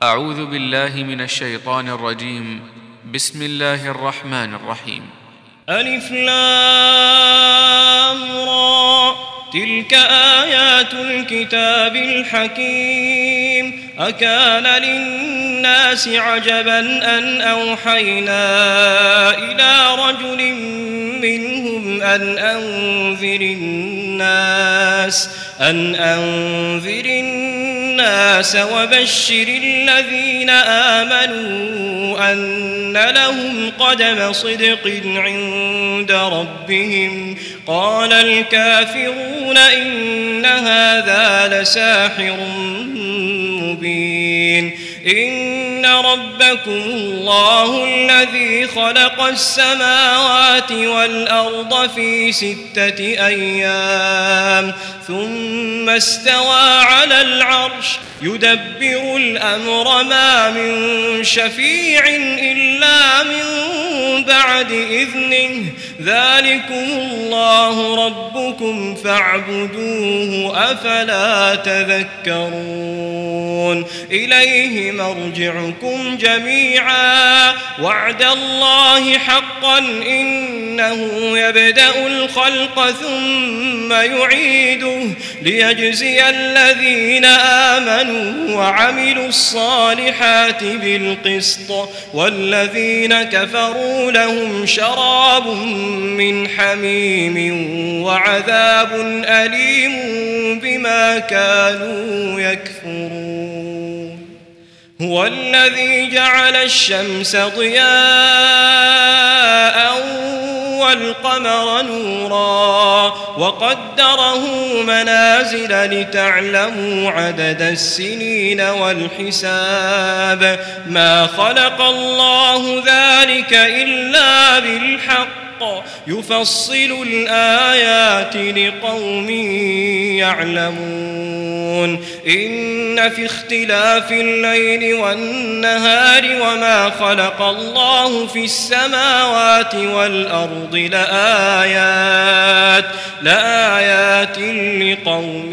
أعوذ بالله من الشيطان الرجيم. بسم الله الرحمن الرحيم. ألف لام را، تلك آيات الكتاب الحكيم. أكان للناس عجبا أن أوحينا إلى رجل منهم أن أنذر الناس وبشر الذين آمنوا أن لهم قدم صدق عند ربهم. قال الكافرون إن هذا لساحر مبين. إن ربكم الله الذي خلق السماوات والأرض في 6 أيام ثم استوى على العرش يدبر الأمر ما من شفيع إلا من بعد إذنه. ذلكم الله ربكم فاعبدوه أفلا تذكرون. إليه مرجعكم جميعا وعد الله حقا إنه يبدأ الخلق ثم يعيده ليجزي الذين آمنوا وعملوا الصالحات بالقسط والذين كفروا لهم شراب من حميم وعذاب أليم بما كانوا يكفرون. هو الذي جعل الشمس ضياء والقمر نورا وقدره منازل لتعلموا عدد السنين والحساب. ما خلق الله ذلك إلا بالحق يفصل الآيات لقوم يعلمون. إن في اختلاف الليل والنهار وما خلق الله في السماوات والأرض لآيات لقوم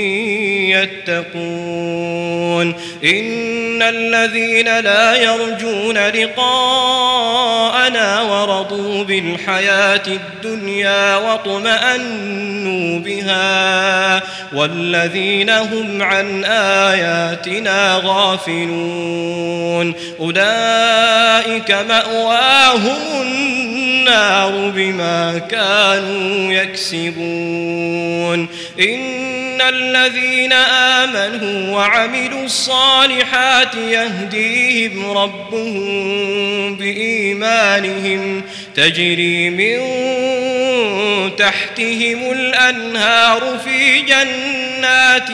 يتقون. إن الذين لا يرجون لقاءنا ورضوا بالحياة الدنيا واطمأنوا بها والذين هم عن آياتنا غافلون أولئك مأواهم النار بما كانوا يكسبون. إن الذين آمنوا وعملوا الصالحات يهديهم ربهم بإيمانهم تجري من تحتهم الأنهار في جنات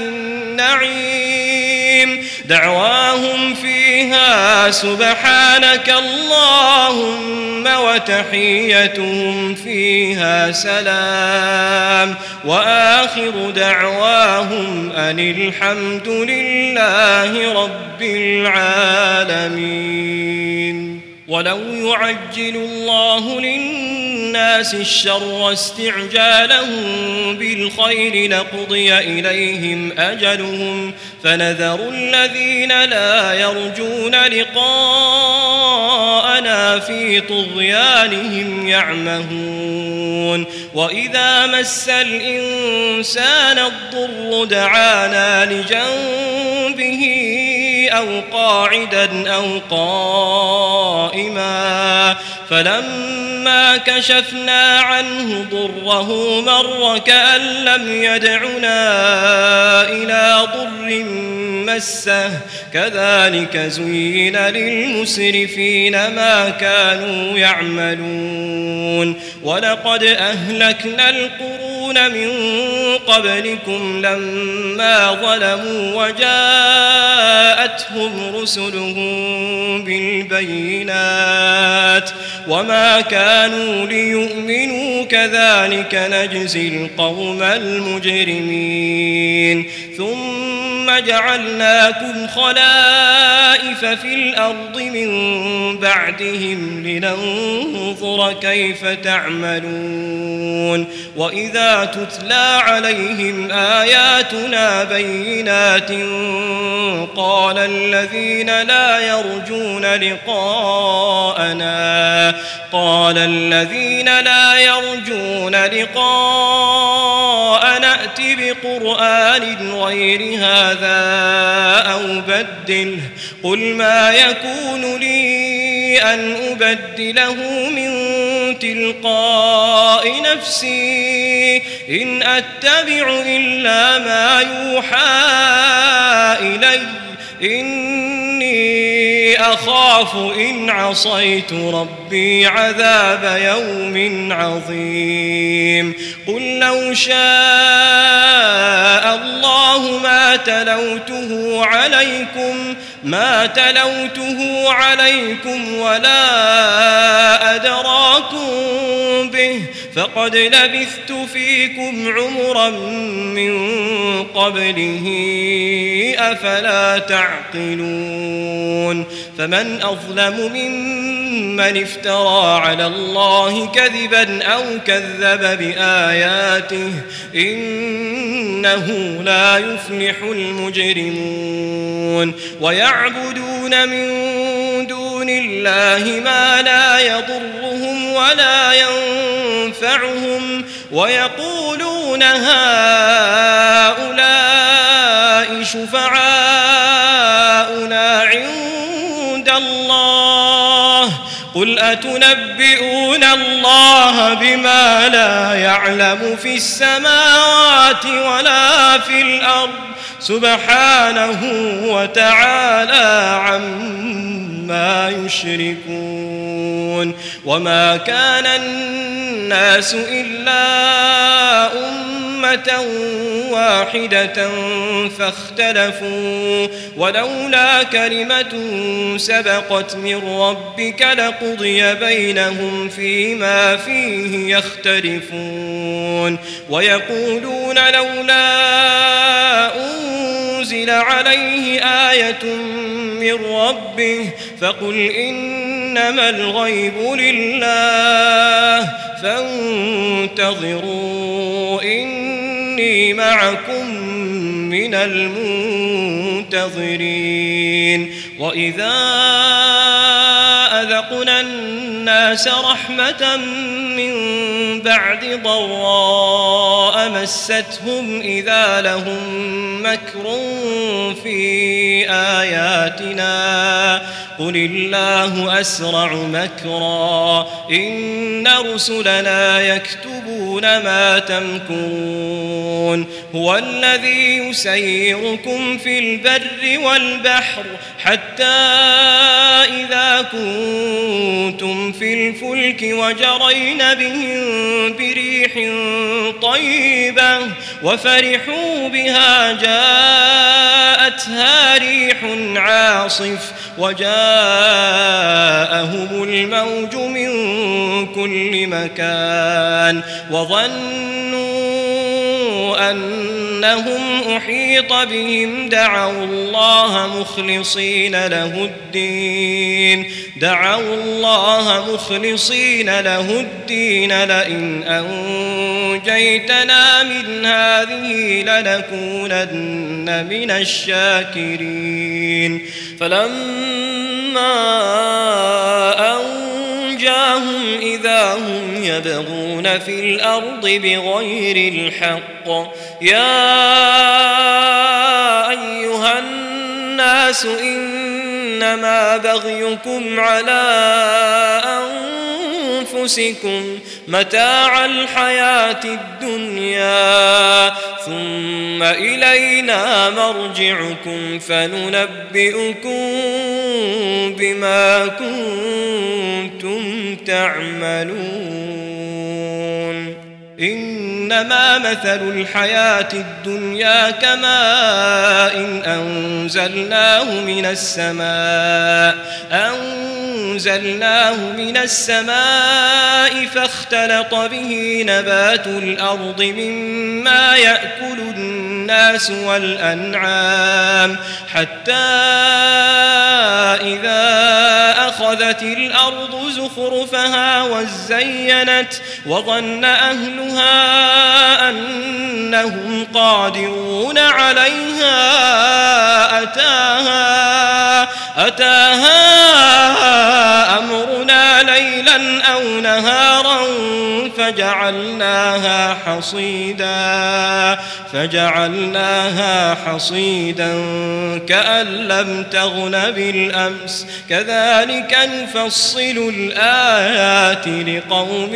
النعيم دعواهم فيها سبحانك اللهم وتحيتهم فيها سلام وآخر دعواهم أن الحمد لله رب العالمين. ولو يعجل الله للناس الشر استعجالهم بالخير لقضي إليهم أجلهم فنذر الذين لا يرجون لقاءنا في طغيانهم يعمهون. وإذا مس الإنسان الضر دعانا لجنبه أو قاعدا أو قائما فلما كشفنا عنه ضره مر كأن لم يدعنا إلى ضر مسه كذلك زين للمسرفين ما كانوا يعملون. ولقد أهلكنا القرون من قبلكم لما ظلموا وجاءتهم رسلهم بالبينات وما كانوا ليؤمنوا كذلك نجزي القوم المجرمين. ثم جعلناكم خلائف في الأرض من بعدهم لننظر كيف تعملون وإذا تتلى عليهم آياتنا بينات قال الذين لا يرجون لقاءنا ائت بقرآن غير هذا أو بدله قل ما يكون لي أن أبدله من تلقاء نفسي إن أتبع إلا ما يوحى إلي إني أخاف إن عصيت ربي عذاب يوم عظيم قل لو شاء الله ما تلوته عليكم ولا أدراكم به فقد لبثت فيكم عمرا من قبله أفلا تعقلون فمن أظلم ممن افترى على الله كذبا أو كذب بآياته إنه لا يفلح المجرمون ويعبدون من دون الله ما لا يضرهم ولا ينفعهم ويقولون هؤلاء شفعاؤنا عند الله قل أتنبئون الله بما لا يعلم في السماوات ولا في الأرض سبحانه وتعالى عما يشركون وما كان الناس إلا أمة واحدة فاختلفوا ولولا كلمة سبقت من ربك لقضي بينهم فيما فيه يختلفون ويقولون لولا أنزل عليه آية من ربه فقل إنما الغيب لله فانتظروا إني معكم من المنتظرين وإذا أذقنا الناس رحمة من بعد ضراء مستهم إذا لهم مكر في آياتنا قل الله أسرع مكرا إن رسلنا يكتبون ما تمكرون هو الذي يسيركم في البر والبحر حتى إذا كنتم في الفلك وجرين بهم بريح طيبة وفرحوا بها جاءتها ريح عاصف وجاءهم الموج من كل مكان وظنوا أنهم أحيط بهم دعوا الله مخلصين له الدين لئن أنجيتنا من هذه لنكونن من الشاكرين فلما أنجاهم إذا هم يبغون في الأرض بغير الحق يا أيها الناس إنما بغيكم على أنفسكم متاع الحياة الدنيا ثم إلينا مرجعكم فننبئكم بما كنتم تعملون إنما مثل الحياة الدنيا كماء أنزلناه من السماء فاختلط به نبات الأرض مما يأكل الناس والأنعام حتى واتخذت الأرض زخرفها وزينت وظن أهلها أنهم قادرون عليها أتاها أمرنا ليلا أو نهارا فجعلناها حصيدا كأن لم تغن بالأمس كذلك نفصل الآيات لقوم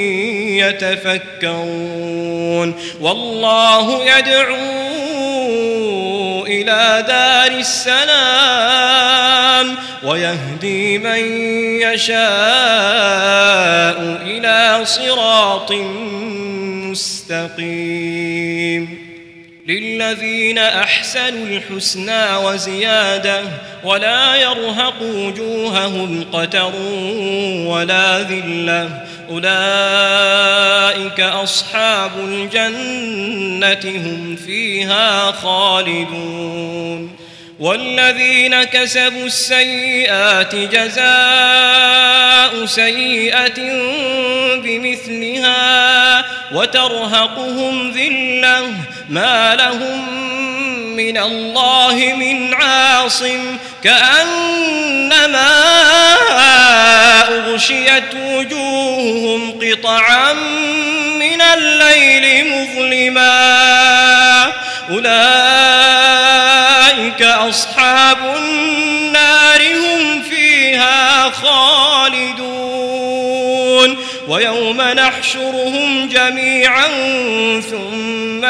يتفكرون والله يدعو إلى دار السلام ويهدي من يشاء إلى صراط مستقيم للذين أحسنوا الحسنى وزيادة ولا يرهق وجوههم قتر ولا ذلة أولئك أصحاب الجنة هم فيها خالدون والذين كسبوا السيئات جزاء سيئة بمثلها وترهقهم ذلة ما لهم من الله من عاصم كأنما أغشيت وجوههم قطعا من الليل مظلما أولئك أصحاب النار هم فيها خالدون ويوم نحشرهم جميعا ثم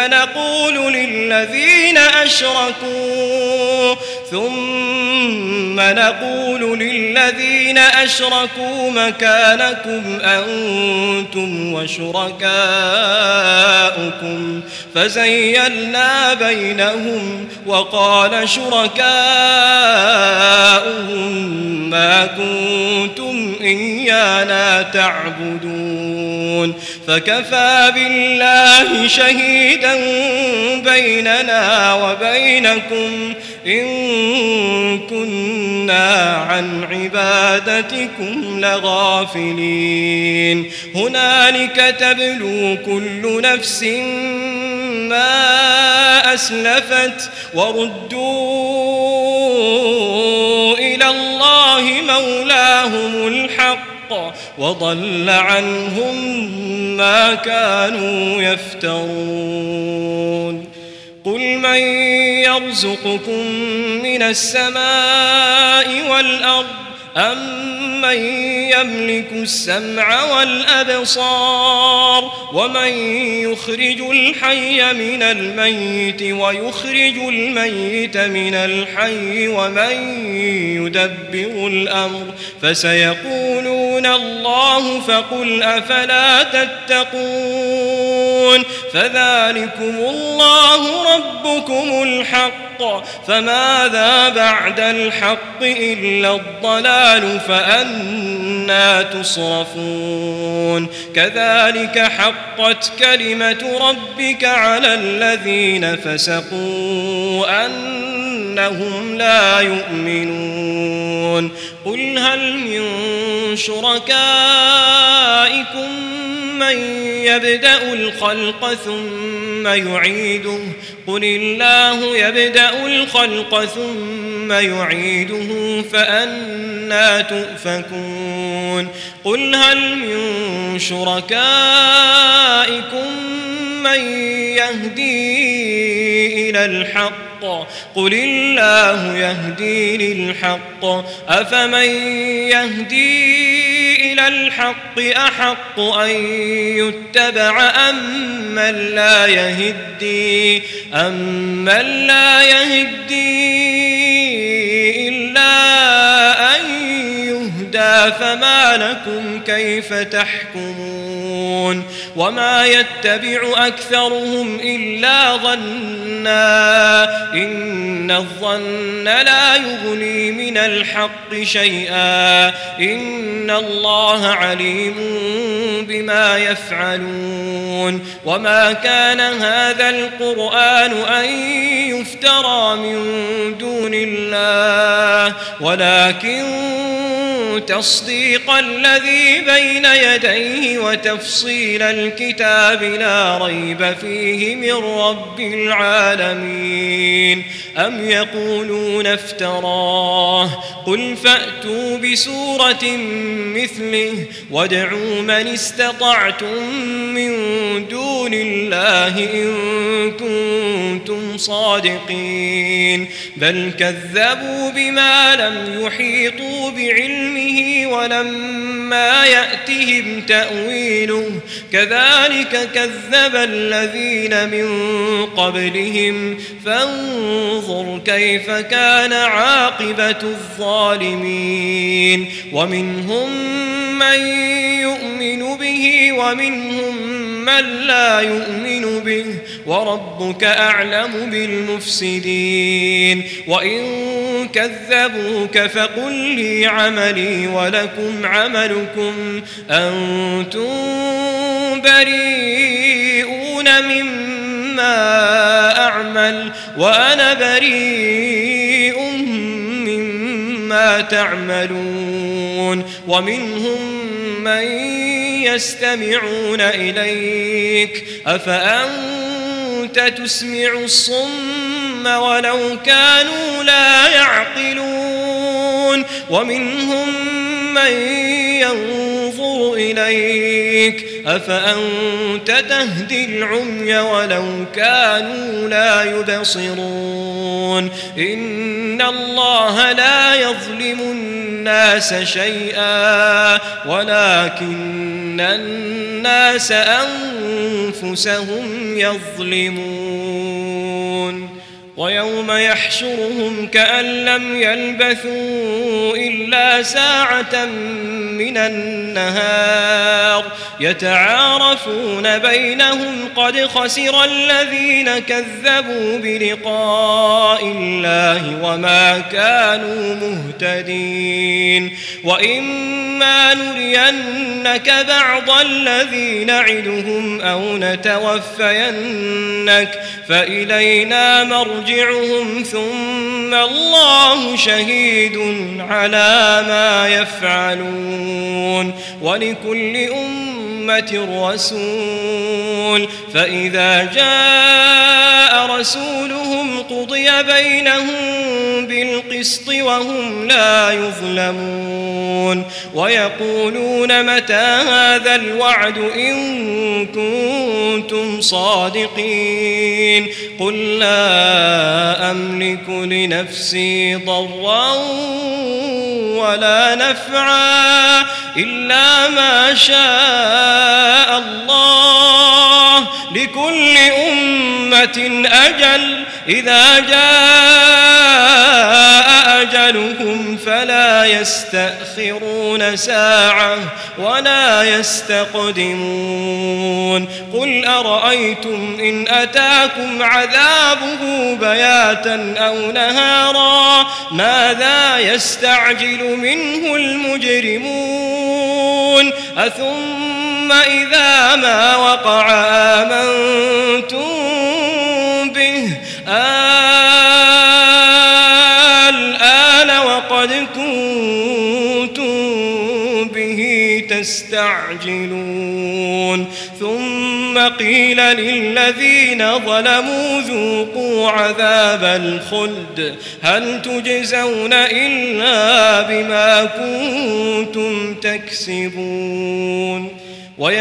نقول للذين أشركوا مكانكم أنتم وشركاؤكم فزيلنا بينهم وقال شركاؤهم ما كنتم إيانا تعبدون فكفى بالله شهيدا بيننا وبينكم إن كنا عن عبادتكم لغافلين هنالك تبلو كل نفس ما أسلفت وردوا إلى الله مولاهم الحق وضل عنهم ما كانوا يفترون قل من يرزقكم من السماء والأرض أمن يملك السمع والأبصار ومن يخرج الحي من الميت ويخرج الميت من الحي ومن يدبر الأمر فسيقولون الله فقل أفلا تتقون فذلكم الله ربكم الحق فماذا بعد الحق إلا الضلال فأنى تصرفون كذلك حقت كلمة ربك على الذين فسقوا أنهم لا يؤمنون قل هل من شركائكم من يبدأ الخلق ثم يعيده قل الله يبدأ الخلق ثم يعيده فأنى تؤفكون قل هل من شركائكم من يهدي إلى الحق قل الله يهدي للحق أفمن يهدي إلى الحق أحق أن يتبع أمن لا يهدي إلا أن يهدى فما لكم كيف تحكمون وما يتبع أكثرهم إلا ظنا إن الظن لا يغني من الحق شيئا إن الله عليم بما يفعلون وما كان هذا القرآن أن يفترى من دون الله ولكن تصديق الذي بين يديه وتفصيل الكتاب لا ريب فيه من رب العالمين. أم يقولون افتراه قل فأتوا بسورة مثله وادعوا من استطعتم من دون الله إن كنتم صادقين بل كذبوا بما لم يحيطوا بعلمه ولما يأتهم تأويله كذلك كذب الذين من قبلهم فانظر كيف كان عاقبة الظالمين. ومنهم من يؤمن به ومنهم من لا يؤمن به وربك أعلم بالمفسدين. وإن كذبوك فقل لي عملي ولكم عملكم أنتم بريئون مما أعمل وأنا بريء مما تعملون. ومنهم من يستمعون إليك أفأنت تسمع الصم ولو كانوا لا يعقلون. ومنهم من ينظر إليك أفأنت تهدي العمي ولو كانوا لا يبصرون. إن الله لا يظلم الناس شيئا ولكن الناس أنفسهم يظلمون. ويوم يحشرهم كأن لم يلبثوا إلا ساعة من النهار يتعارفون بينهم قد خسر الذين كذبوا بلقاء الله وما كانوا مهتدين. وإما نرينك بعض الذي نعدهم أو نتوفينك فإلينا مرجعهم ثم الله شهيد على ما يفعلون. ولكل أمة رسول فإذا جاء رسولهم قضي بينهم بالقسط وهم لا يظلمون. ويقولون متى هذا الوعد إن كنتم صادقين قل لا أملك لنفسي ضرا ولا نفعا إلا ما شاء الله لكل أمة أجل إذا جاء أجلهم فلا يستأخرون ساعة ولا يستقدمون. قل أرأيتم إن أتاكم عذابه بياتا أو نهارا ماذا يستعجل منه المجرمون أثم إذا ما وقع آمنتم به الآن وقد كنتم به تستعجلون. ثم قيل للذين ظلموا ذوقوا عذاب الخلد هل تجزون إلا بما كنتم تكسبون.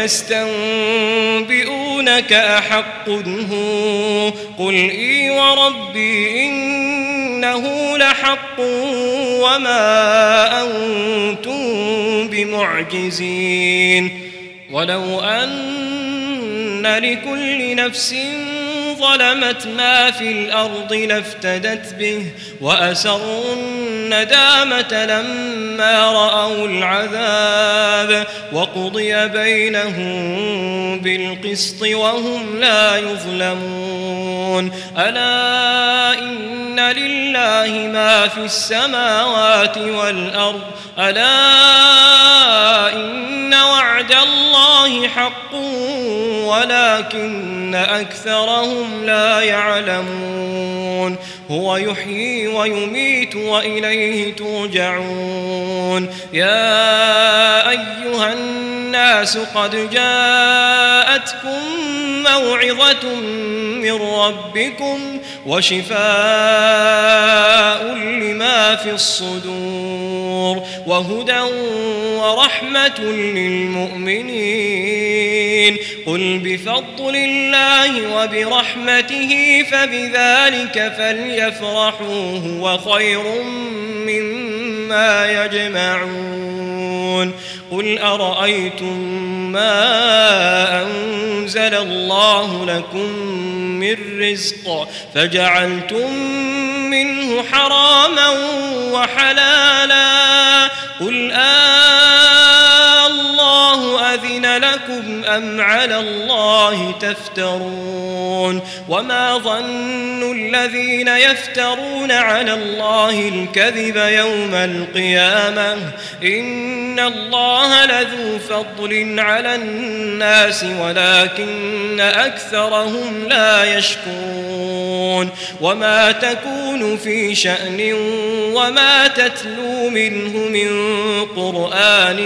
ويستنبئونك أحق هو قل إي وربي إنه لحق وما أنتم بمعجزين. ولو أن لكل نفس ظلمت ما في الأرض لافتدت به وأسروا الندامة لما رأوا العذاب وقضي بينهم بالقسط وهم لا يظلمون. ألا إن لله ما في السماوات والأرض ألا إن وعد الله حق ولكن أكثرهم لا يعلمون. هو يحيي ويميت وإليه ترجعون. يا أيها الناس قد جاءتكم موعظة من ربكم وشفاء لما في الصدور وهدى ورحمة للمؤمنين. قل بفضل الله وبرحمته فبذلك فليفرحوا هو خير مما يجمعون. قل أرأيتم ما أنزل الله لكم من رزق فجعلتم منه حراما وحلالا قل الله أذن لكم أم على الله تفترون. وما ظن الذين يفترون على الله الكذب يوم القيامة إن الله لذو فضل على الناس ولكن أكثرهم لا يشكرون. وما تكون في شأن وما تتلو منه من قرآن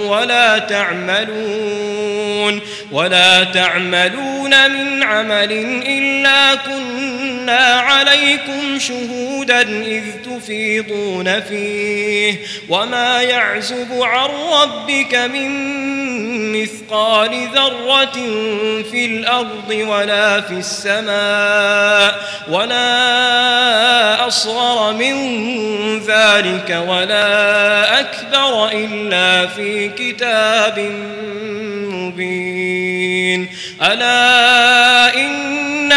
ولا تعملون من عمل إلا كنا عليكم شهودا إذ تفيضون فيه. وما يعزب عن ربك من مثقال ذرة في الأرض ولا في السماء ولا أصغر من ذلك ولا أكبر إلا في كتاب مبين. ألا إن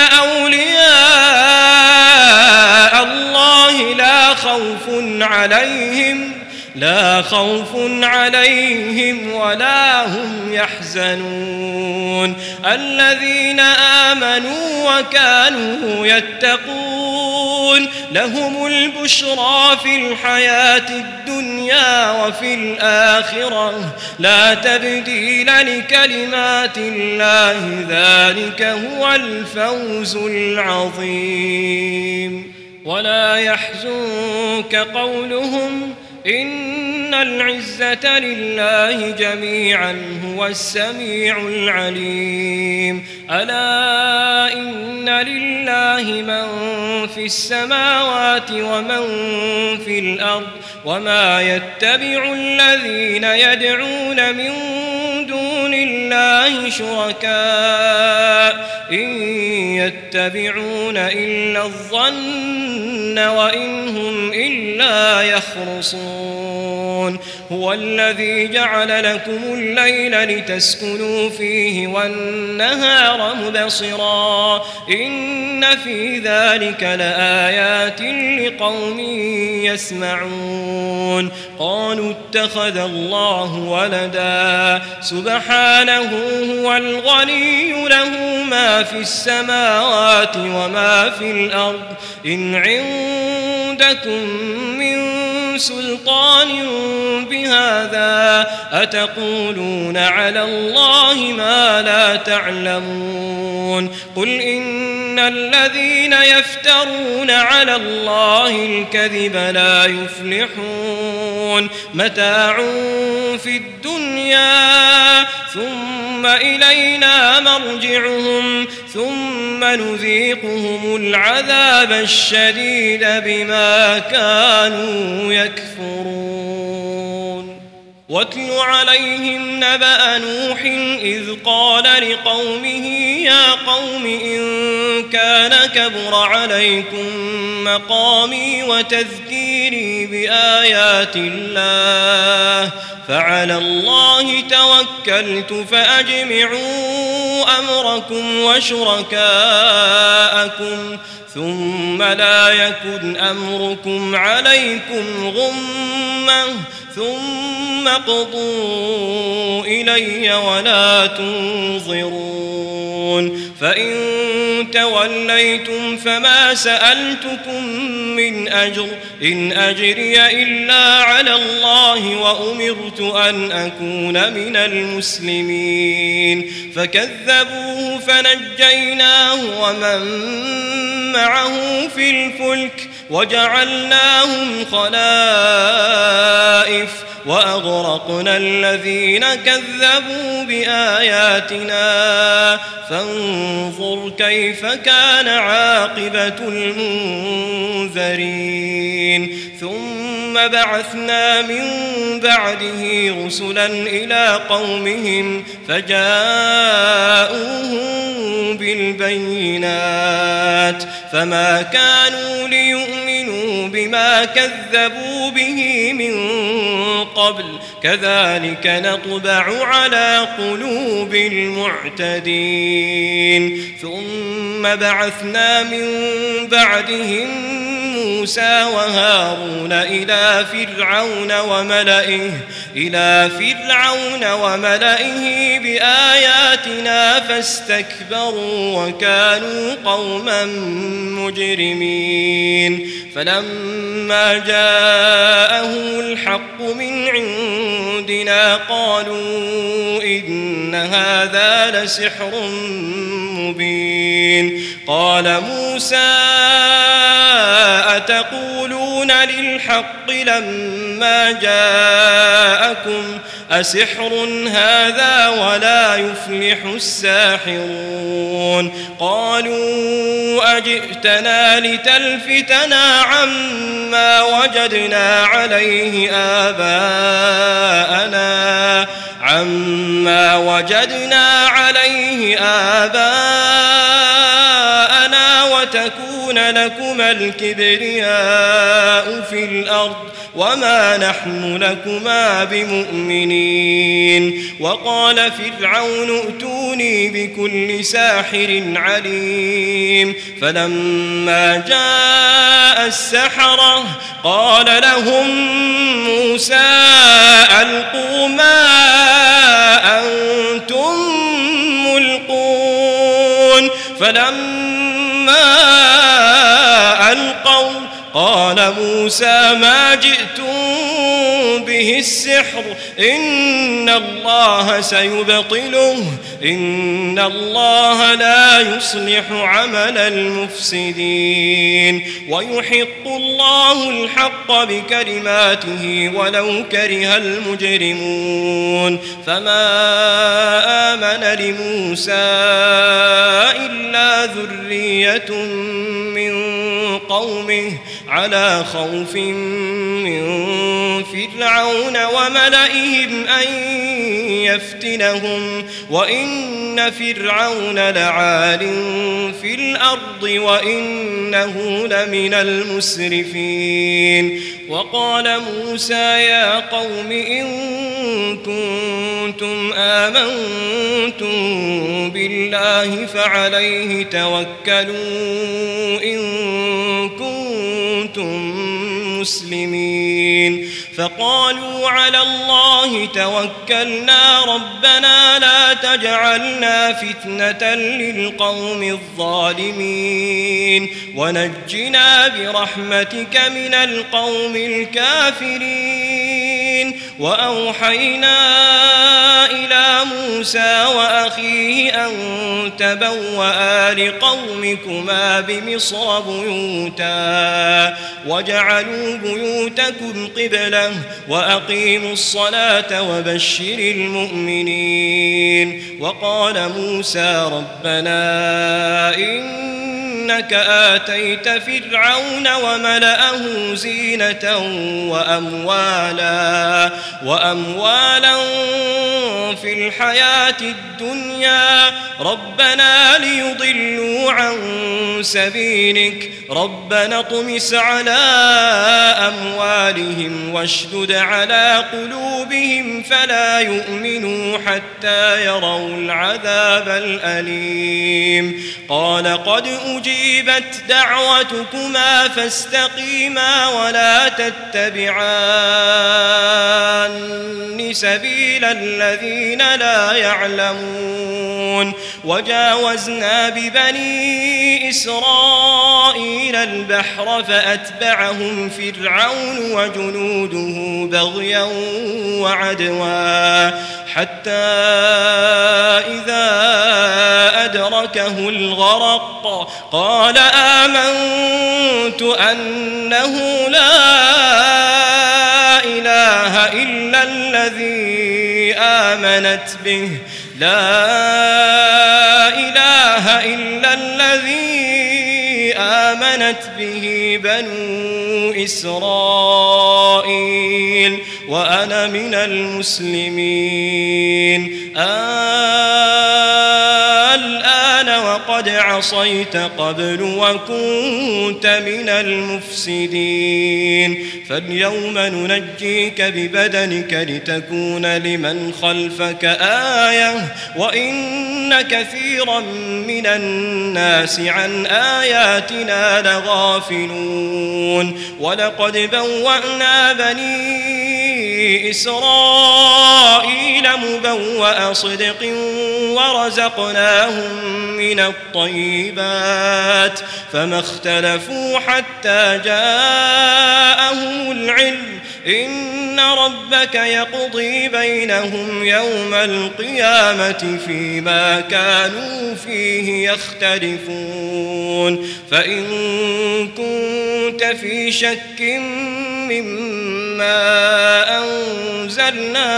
أولياء الله لا خوف عليهم ولا هم يحزنون. الذين آمنوا وكانوا يتقون لهم البشرى في الحياة الدنيا وفي الآخرة لا تبديل لكلمات الله ذلك هو الفوز العظيم. ولا يحزنك قولهم إن العزة لله جميعا هو السميع العليم. ألا إن لله من في السماوات ومن في الأرض وما يتبع الذين يدعون من دون الله شركاء إن يتبعون إلا الظن وإن هم إلا يخرصون. هو الذي جعل لكم الليل لتسكنوا فيه والنهار مبصرا إن في ذلك لآيات لقوم يسمعون. قالوا اتخذ الله ولدا سبحانه هو الغني له ما في السماوات وما في الأرض إن عندكم من سلطان بهذا أتقولون على الله ما لا تعلمون. قل إن الذين يفترون على الله الكذب لا يفلحون. متاع في الدنيا ثم إلينا مرجعهم ثم نذيقهم العذاب الشديد بما كانوا يكفرون. واتل عليهم نبأ نوح إذ قال لقومه يا قوم إن كان كبر عليكم مقامي وتذكيري بآيات الله فعلى الله توكلت فأجمعوا أمركم وشركاءكم ثم لا يكن أمركم عليكم غمة ثم اقضوا إلي ولا تنظرون. فإن توليتم فما سألتكم من أجر إن أجري إلا على الله الله وأمرت أن أكون من المسلمين فكذبوه فنجيناه ومن معه في الفلك وجعلناهم خلائف وأغرقنا الذين كذبوا بآياتنا فانظر كيف كان عاقبة المنذرين ثم بعثنا من بعده رسلا إلى قومهم فجاءوهم بالبينات فما كانوا ليؤمنوا بما كذبوا به من قبل كذلك نطبع على قلوب المعتدين ثم بعثنا من بعدهم موسى وهارون إلى فرعون وملئه بآياتنا فاستكبروا وكانوا قوما مجرمين فلما جاءهم الحق من عندنا قالوا إن هذا لسحر مبين قال موسى أتقولون للحق لما جاءكم أسحر هذا ولا يفلح الساحرون قالوا أجئتنا لتلفتنا عما وجدنا عليه آباءنا وتكون لكما الكبرياء في الأرض وما نحن لكما بمؤمنين وقال فرعون ائتوني بكل ساحر عليم فلما جاء السحرة قال لهم موسى ألقوا ما أنتم ملقون فلما ألقوا قال موسى ما جئتم به السحر إن الله سيبطله إن الله لا يصلح عمل المفسدين ويحق الله الحق بكلماته ولو كره المجرمون فما آمن لموسى إلا ذرية من قومه على خوف من فرعون وملئهم أن يفتنهم وإن فرعون لعال في الأرض وإنه لمن المسرفين وقال موسى يا قوم إن كنتم آمنتم بالله فعليه توكلوا إن كنتم مسلمين فقالوا على الله توكلنا ربنا لا تجعلنا فتنة للقوم الظالمين ونجنا برحمتك من القوم الكافرين وأوحينا إلى موسى وأخيه أن تبوأ لقومكما بمصر بيوتا واجعلوا بيوتكم قبلة وأقيموا الصلاة وبشر المؤمنين وقال موسى ربنا إنك آتيت فرعون وملأه زينة وأموالا في الحياة الدنيا ربنا ليضلوا عن سبيلك ربنا اطمس على أموالهم واشدد على قلوبهم فلا يؤمنوا حتى يروا العذاب الأليم قال قد أجيبت دعوتكما فاستقيما ولا تتبعان سبيل الذين لا يعلمون وجاوزنا ببني إسرائيل البحر فأتبعهم فرعون وجنوده بغيا وعدوا حتى إذا أدركه الغرق قال آمنت أنه لا إله إلا الذي آمنت به بنو إسرائيل وأنا من المسلمين الآن وقد عصيت قبل وكنت من المفسدين فاليوم ننجيك ببدنك لتكون لمن خلفك آية وإن كثيرا من الناس عن آياتنا لغافلون ولقد بوأنا بني إسرائيل مبوأ صدق ورزقناهم من الطيبات فما اختلفوا حتى جاءهم العلم إن ربك يقضي بينهم يوم القيامة فيما كانوا فيه يختلفون فإن كنت في شك مما أنزلنا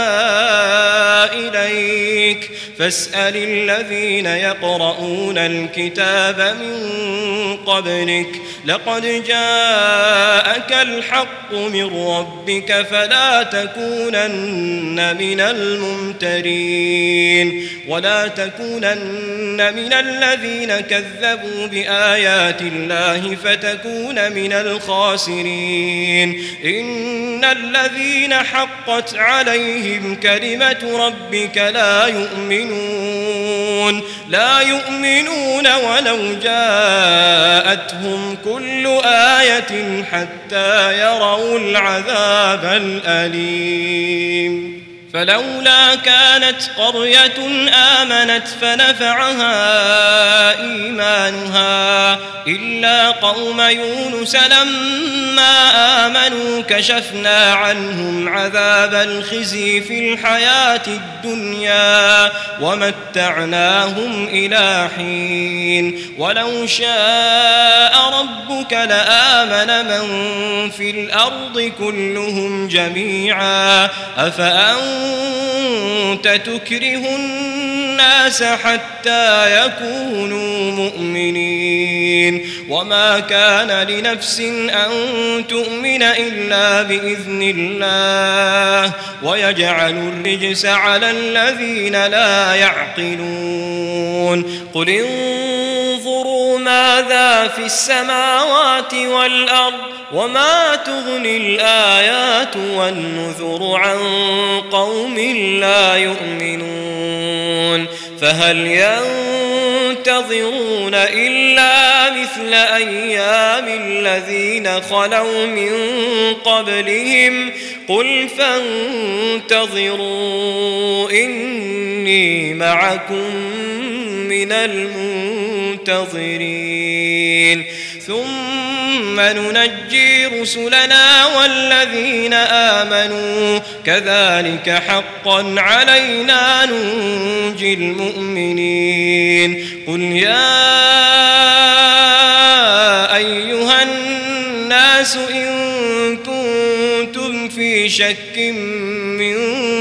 إليك فاسأل الذين يقرؤون الكتاب من قبلك لقد جاءك الحق من ربك فلا تكونن من الممترين ولا تكونن من الذين كذبوا بآيات الله فتكون من الخاسرين إن الذين حقت عليهم كلمة ربك لا يؤمنون ولو جاءتهم كل آية حتى يروا العذاب الأليم فلولا كانت قرية آمنت فنفعها إيمانها إلا قوم يونس لما آمنوا كشفنا عنهم عذاب الخزي في الحياة الدنيا ومتعناهم إلى حين ولو شاء ربك لآمن من في الأرض كلهم جميعا أفأنت تكره الناس حتى يكونوا مؤمنين وما كان لنفس أن تؤمن إلا بإذن الله ويجعل الرجس على الذين لا يعقلون قل انظروا ماذا في السماوات والأرض وما تغني الآيات والنذر عن قوم لا يؤمنون فهل ينتظرون إلا مثل أيام الذين خلوا من قبلهم قل فانتظروا إني معكم من المنتظرين ثم ننجي رسلنا والذين آمنوا كذلك حقا علينا ننجي المؤمنين قل يا أيها الناس إن كنتم في شك من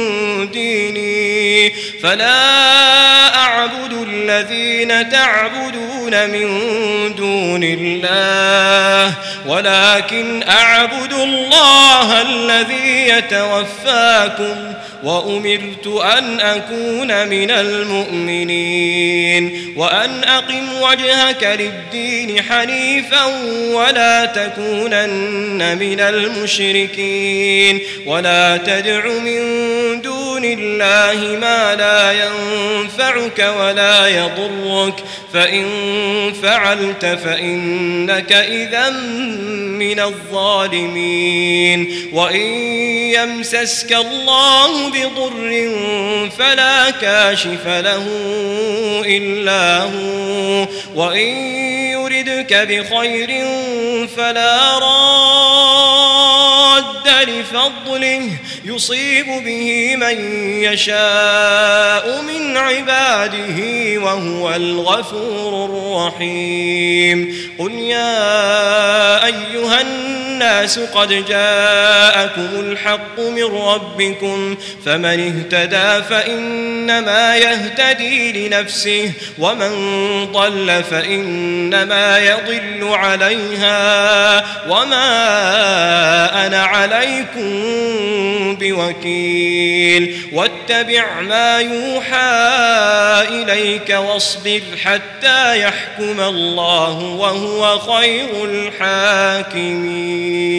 ديني فلا أعبد الذين تعبدون من دون الله ولكن أعبد الله الذي يتوفاكم وأمرت أن أكون من المؤمنين وأن أقم وجهك للدين حنيفا ولا تكونن من المشركين ولا تدع من دون دون الله ما لا ينفعك ولا يضرك فإن فعلت فإنك إذا من الظالمين وإن يمسسك الله بضر فلا كاشف له إلا هو وإن يردك بخير فلا راد لفضله يصيب به من يشاء من عباده وهو الغفور الرحيم قل يا أيها الناس قد جاءكم الحق من ربكم فمن اهتدى فإنما يهتدي لنفسه ومن ضل فإنما يضل عليها وما أنا عليكم بوكيل واتبع ما يوحى إليك واصبر حتى يحكم الله وهو خير الحاكمين